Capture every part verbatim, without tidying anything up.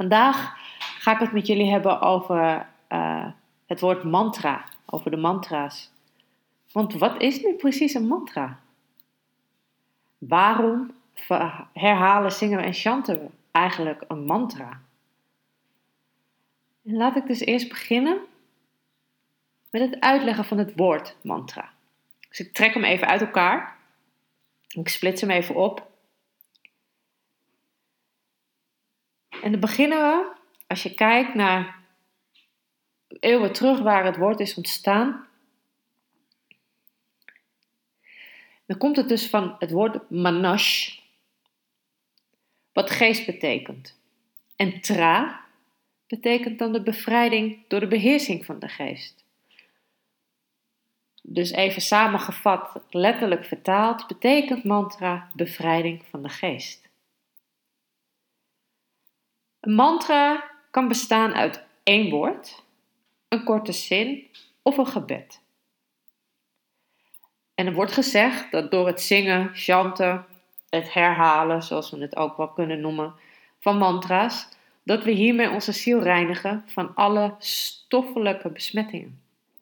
Vandaag ga ik het met jullie hebben over uh, het woord mantra, over de mantra's. Want wat is nu precies een mantra? Waarom herhalen, zingen en chanten we eigenlijk een mantra? En laat ik dus eerst beginnen met het uitleggen van het woord mantra. Dus ik trek hem even uit elkaar. Ik splits hem even op. En dan beginnen we, als je kijkt naar eeuwen terug waar het woord is ontstaan, dan komt het dus van het woord manash, wat geest betekent. En tra betekent dan de bevrijding door de beheersing van de geest. Dus even samengevat, letterlijk vertaald, betekent mantra bevrijding van de geest. Een mantra kan bestaan uit één woord, een korte zin of een gebed. En er wordt gezegd dat door het zingen, chanten, het herhalen, zoals we het ook wel kunnen noemen, van mantra's, dat we hiermee onze ziel reinigen van alle stoffelijke besmettingen.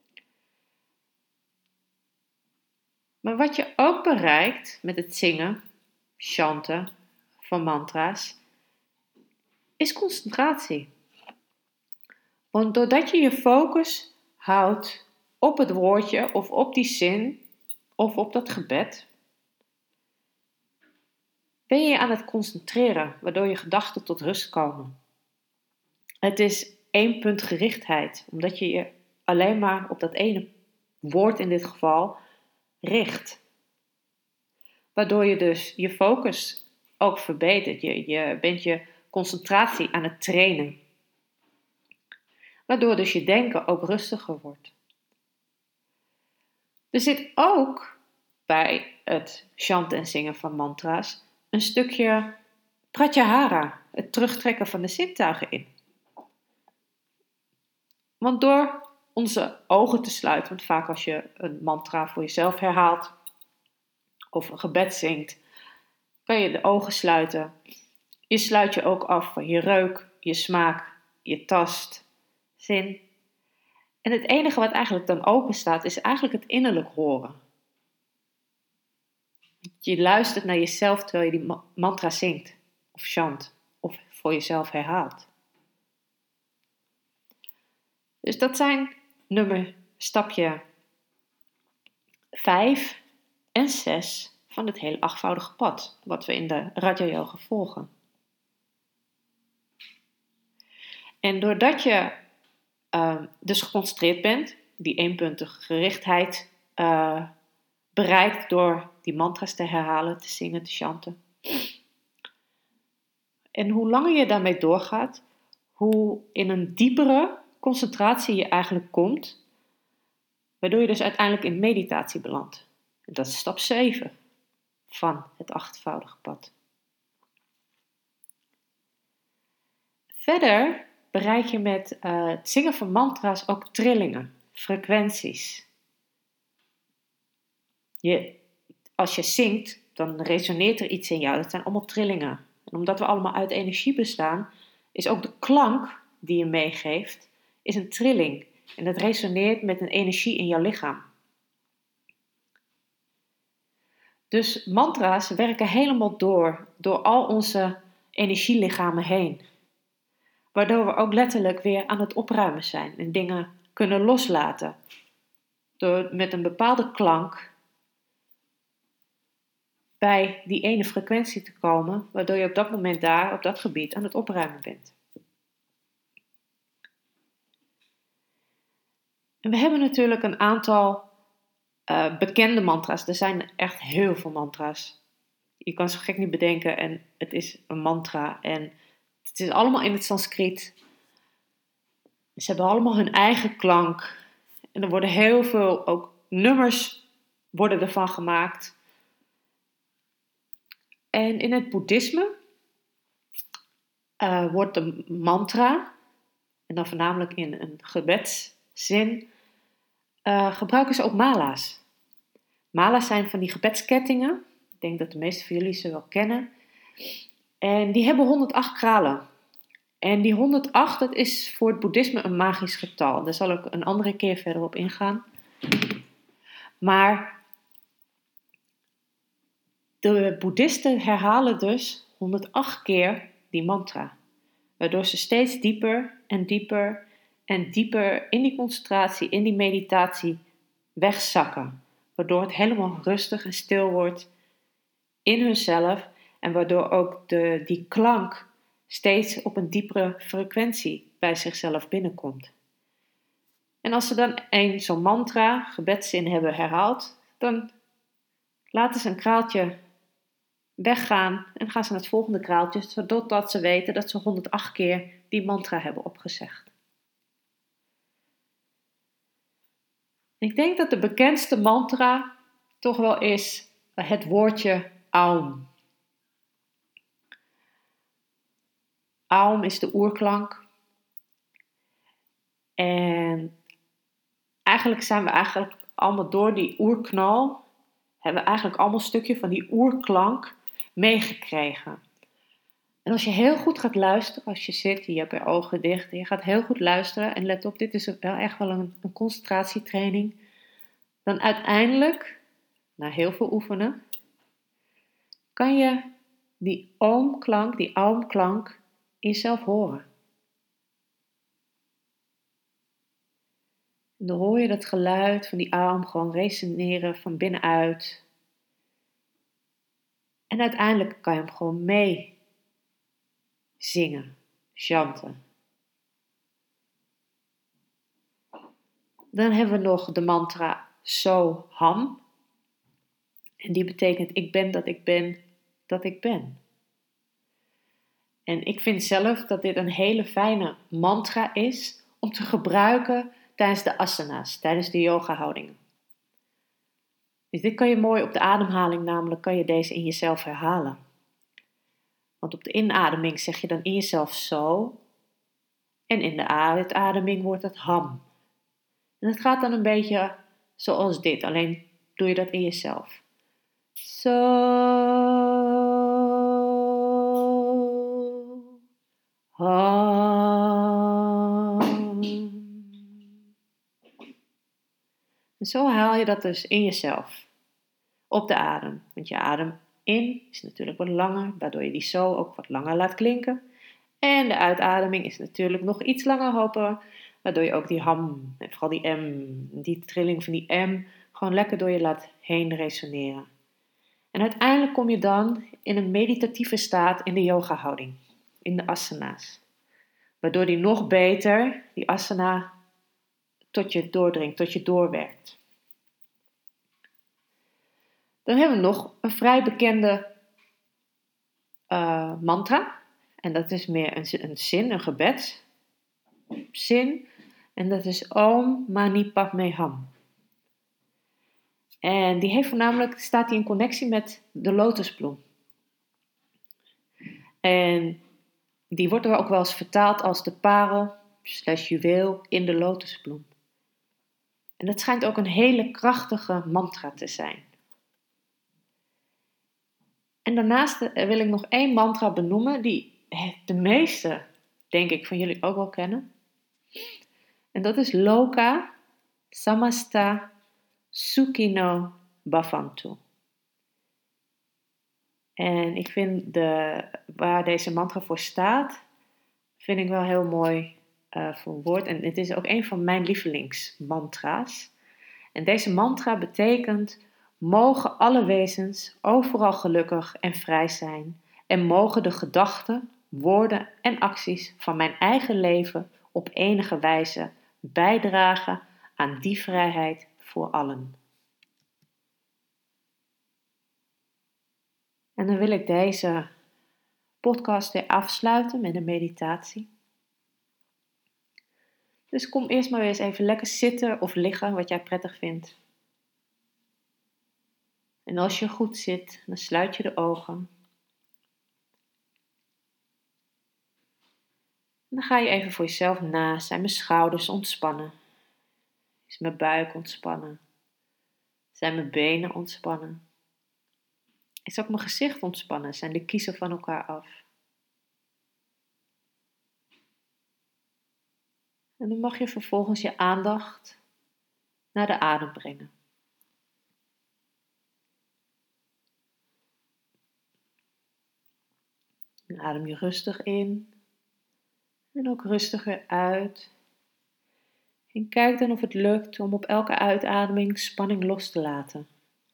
Maar wat je ook bereikt met het zingen, chanten van mantra's, is concentratie. Want doordat je je focus houdt op het woordje of op die zin of op dat gebed, ben je aan het concentreren, waardoor je gedachten tot rust komen. Het is één punt gerichtheid, omdat je je alleen maar op dat ene woord in dit geval richt. Waardoor je dus je focus ook verbetert. Je, je bent je concentratie aan het trainen. Waardoor dus je denken ook rustiger wordt. Er zit ook bij het chanten en zingen van mantra's een stukje pratyahara, het terugtrekken van de zintuigen in. Want door onze ogen te sluiten, want vaak als je een mantra voor jezelf herhaalt of een gebed zingt, kan je de ogen sluiten. Je sluit je ook af van je reuk, je smaak, je tast, zin. En het enige wat eigenlijk dan open staat is eigenlijk het innerlijk horen. Je luistert naar jezelf terwijl je die mantra zingt of chant of voor jezelf herhaalt. Dus dat zijn nummer stapje vijf en zes van het hele achtvoudige pad, wat we in de Raja Yoga volgen. En doordat je uh, dus geconcentreerd bent, die eenpuntige gerichtheid uh, bereikt door die mantra's te herhalen, te zingen, te chanten. En hoe langer je daarmee doorgaat, hoe in een diepere concentratie je eigenlijk komt, waardoor je dus uiteindelijk in meditatie belandt. En dat is stap zeven van het achtvoudige pad. Verder bereik je met uh, het zingen van mantra's ook trillingen, frequenties. Je, als je zingt, dan resoneert er iets in jou. Dat zijn allemaal trillingen. En omdat we allemaal uit energie bestaan, is ook de klank die je meegeeft, is een trilling. En dat resoneert met een energie in jouw lichaam. Dus mantra's werken helemaal door, door al onze energielichamen heen. Waardoor we ook letterlijk weer aan het opruimen zijn en dingen kunnen loslaten. Door met een bepaalde klank bij die ene frequentie te komen, waardoor je op dat moment daar, op dat gebied, aan het opruimen bent. En we hebben natuurlijk een aantal uh, bekende mantra's. Er zijn echt heel veel mantra's. Je kan zo gek niet bedenken en het is een mantra. En het is allemaal in het Sanskriet. Ze hebben allemaal hun eigen klank. En er worden heel veel ook nummers worden ervan gemaakt. En in het boeddhisme uh, wordt de mantra, en dan voornamelijk in een gebedszin, uh, gebruiken ze ook mala's. Mala's zijn van die gebedskettingen. Ik denk dat de meeste van jullie ze wel kennen. En die hebben honderdacht kralen. En die honderdacht, dat is voor het boeddhisme een magisch getal. Daar zal ik een andere keer verder op ingaan. Maar de boeddhisten herhalen dus honderdacht keer die mantra. Waardoor ze steeds dieper en dieper en dieper in die concentratie, in die meditatie wegzakken. Waardoor het helemaal rustig en stil wordt in hunzelf. En waardoor ook de, die klank steeds op een diepere frequentie bij zichzelf binnenkomt. En als ze dan een zo'n mantra, gebedszin hebben herhaald, dan laten ze een kraaltje weggaan en gaan ze naar het volgende kraaltje, zodat ze weten dat ze honderdacht keer die mantra hebben opgezegd. Ik denk dat de bekendste mantra toch wel is het woordje Aum. Aum is de oerklank. En eigenlijk zijn we eigenlijk allemaal door die oerknal, hebben we eigenlijk allemaal een stukje van die oerklank meegekregen. En als je heel goed gaat luisteren, als je zit, je hebt je ogen dicht en je gaat heel goed luisteren en let op, dit is wel echt wel een, een concentratietraining, dan uiteindelijk, na heel veel oefenen, kan je die oomklank, die aumklank in jezelf horen. En dan hoor je dat geluid van die aum gewoon resoneren van binnenuit. En uiteindelijk kan je hem gewoon mee zingen, chanten. Dan hebben we nog de mantra So-Ham. En die betekent ik ben dat ik ben dat ik ben. En ik vind zelf dat dit een hele fijne mantra is om te gebruiken tijdens de asana's, tijdens de yoga houdingen. Dus dit kan je mooi op de ademhaling, namelijk kan je deze in jezelf herhalen. Want op de inademing zeg je dan in jezelf zo. En in de uitademing wordt het ham. En het gaat dan een beetje zoals dit, alleen doe je dat in jezelf. Zo. Ham. En zo haal je dat dus in jezelf. Op de adem. Want je adem in is natuurlijk wat langer, waardoor je die zo ook wat langer laat klinken. En de uitademing is natuurlijk nog iets langer hopen, waardoor je ook die ham, en vooral die M, die trilling van die M, gewoon lekker door je laat heen resoneren. En uiteindelijk kom je dan in een meditatieve staat in de yoga houding, in de asana's. Waardoor die nog beter, die asana, tot je doordringt, tot je doorwerkt. Dan hebben we nog een vrij bekende uh, mantra. En dat is meer een, een zin, een gebedszin. En dat is Om Mani Padme Hum. En die heeft voornamelijk, staat die in connectie met de lotusbloem. En die wordt er ook wel eens vertaald als de parel slash juweel in de lotusbloem. En dat schijnt ook een hele krachtige mantra te zijn. En daarnaast wil ik nog één mantra benoemen die de meeste, denk ik, van jullie ook wel kennen. En dat is Loka Samasta Sukhino Bhavantu. En ik vind de, waar deze mantra voor staat, vind ik wel heel mooi uh, verwoord. En het is ook een van mijn lievelingsmantra's. En deze mantra betekent: mogen alle wezens overal gelukkig en vrij zijn. En mogen de gedachten, woorden en acties van mijn eigen leven op enige wijze bijdragen aan die vrijheid voor allen. En dan wil ik deze podcast weer afsluiten met een meditatie. Dus kom eerst maar weer eens even lekker zitten of liggen, wat jij prettig vindt. En als je goed zit, dan sluit je de ogen. En dan ga je even voor jezelf na. Zijn mijn schouders ontspannen? Is mijn buik ontspannen? Zijn mijn benen ontspannen? Is ook mijn gezicht ontspannen? Zijn de kiezen van elkaar af? En dan mag je vervolgens je aandacht naar de adem brengen. Dan adem je rustig in en ook rustig weer uit. En kijk dan of het lukt om op elke uitademing spanning los te laten.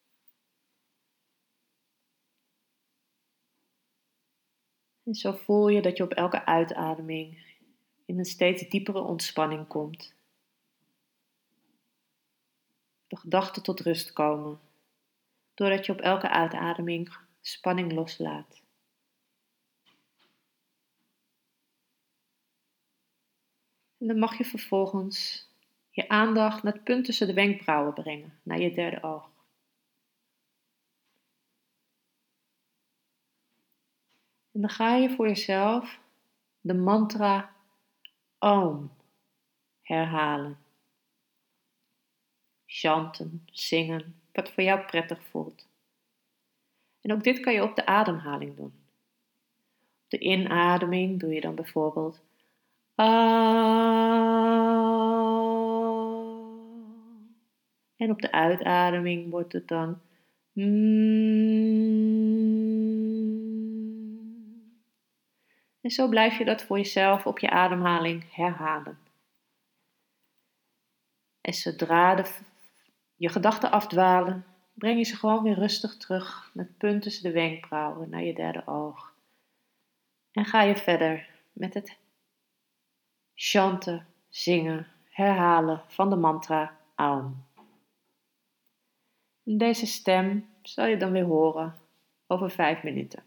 En zo voel je dat je op elke uitademing in een steeds diepere ontspanning komt. De gedachten tot rust komen, doordat je op elke uitademing spanning loslaat. En dan mag je vervolgens je aandacht naar het punt tussen de wenkbrauwen brengen, naar je derde oog. En dan ga je voor jezelf de mantra Om herhalen. Chanten, zingen, wat voor jou prettig voelt. En ook dit kan je op de ademhaling doen. Op de inademing doe je dan bijvoorbeeld Om. En op de uitademing wordt het dan Mm. En zo blijf je dat voor jezelf op je ademhaling herhalen. En zodra de, je gedachten afdwalen, breng je ze gewoon weer rustig terug naar het punt tussen de wenkbrauwen, naar je derde oog. En ga je verder met het chanten, zingen, herhalen van de mantra Aum. En deze stem zal je dan weer horen over vijf minuten.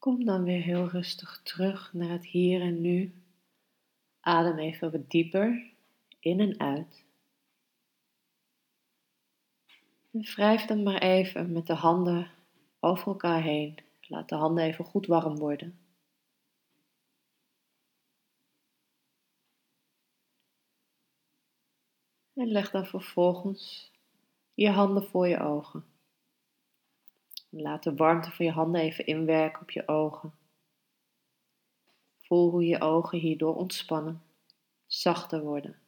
Kom dan weer heel rustig terug naar het hier en nu. Adem even wat dieper in en uit. En wrijf dan maar even met de handen over elkaar heen. Laat de handen even goed warm worden. En leg dan vervolgens je handen voor je ogen. Laat de warmte van je handen even inwerken op je ogen. Voel hoe je ogen hierdoor ontspannen, zachter worden.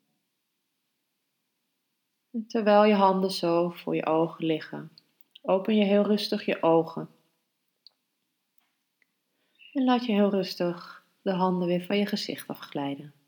En terwijl je handen zo voor je ogen liggen, open je heel rustig je ogen. En laat je heel rustig de handen weer van je gezicht afglijden.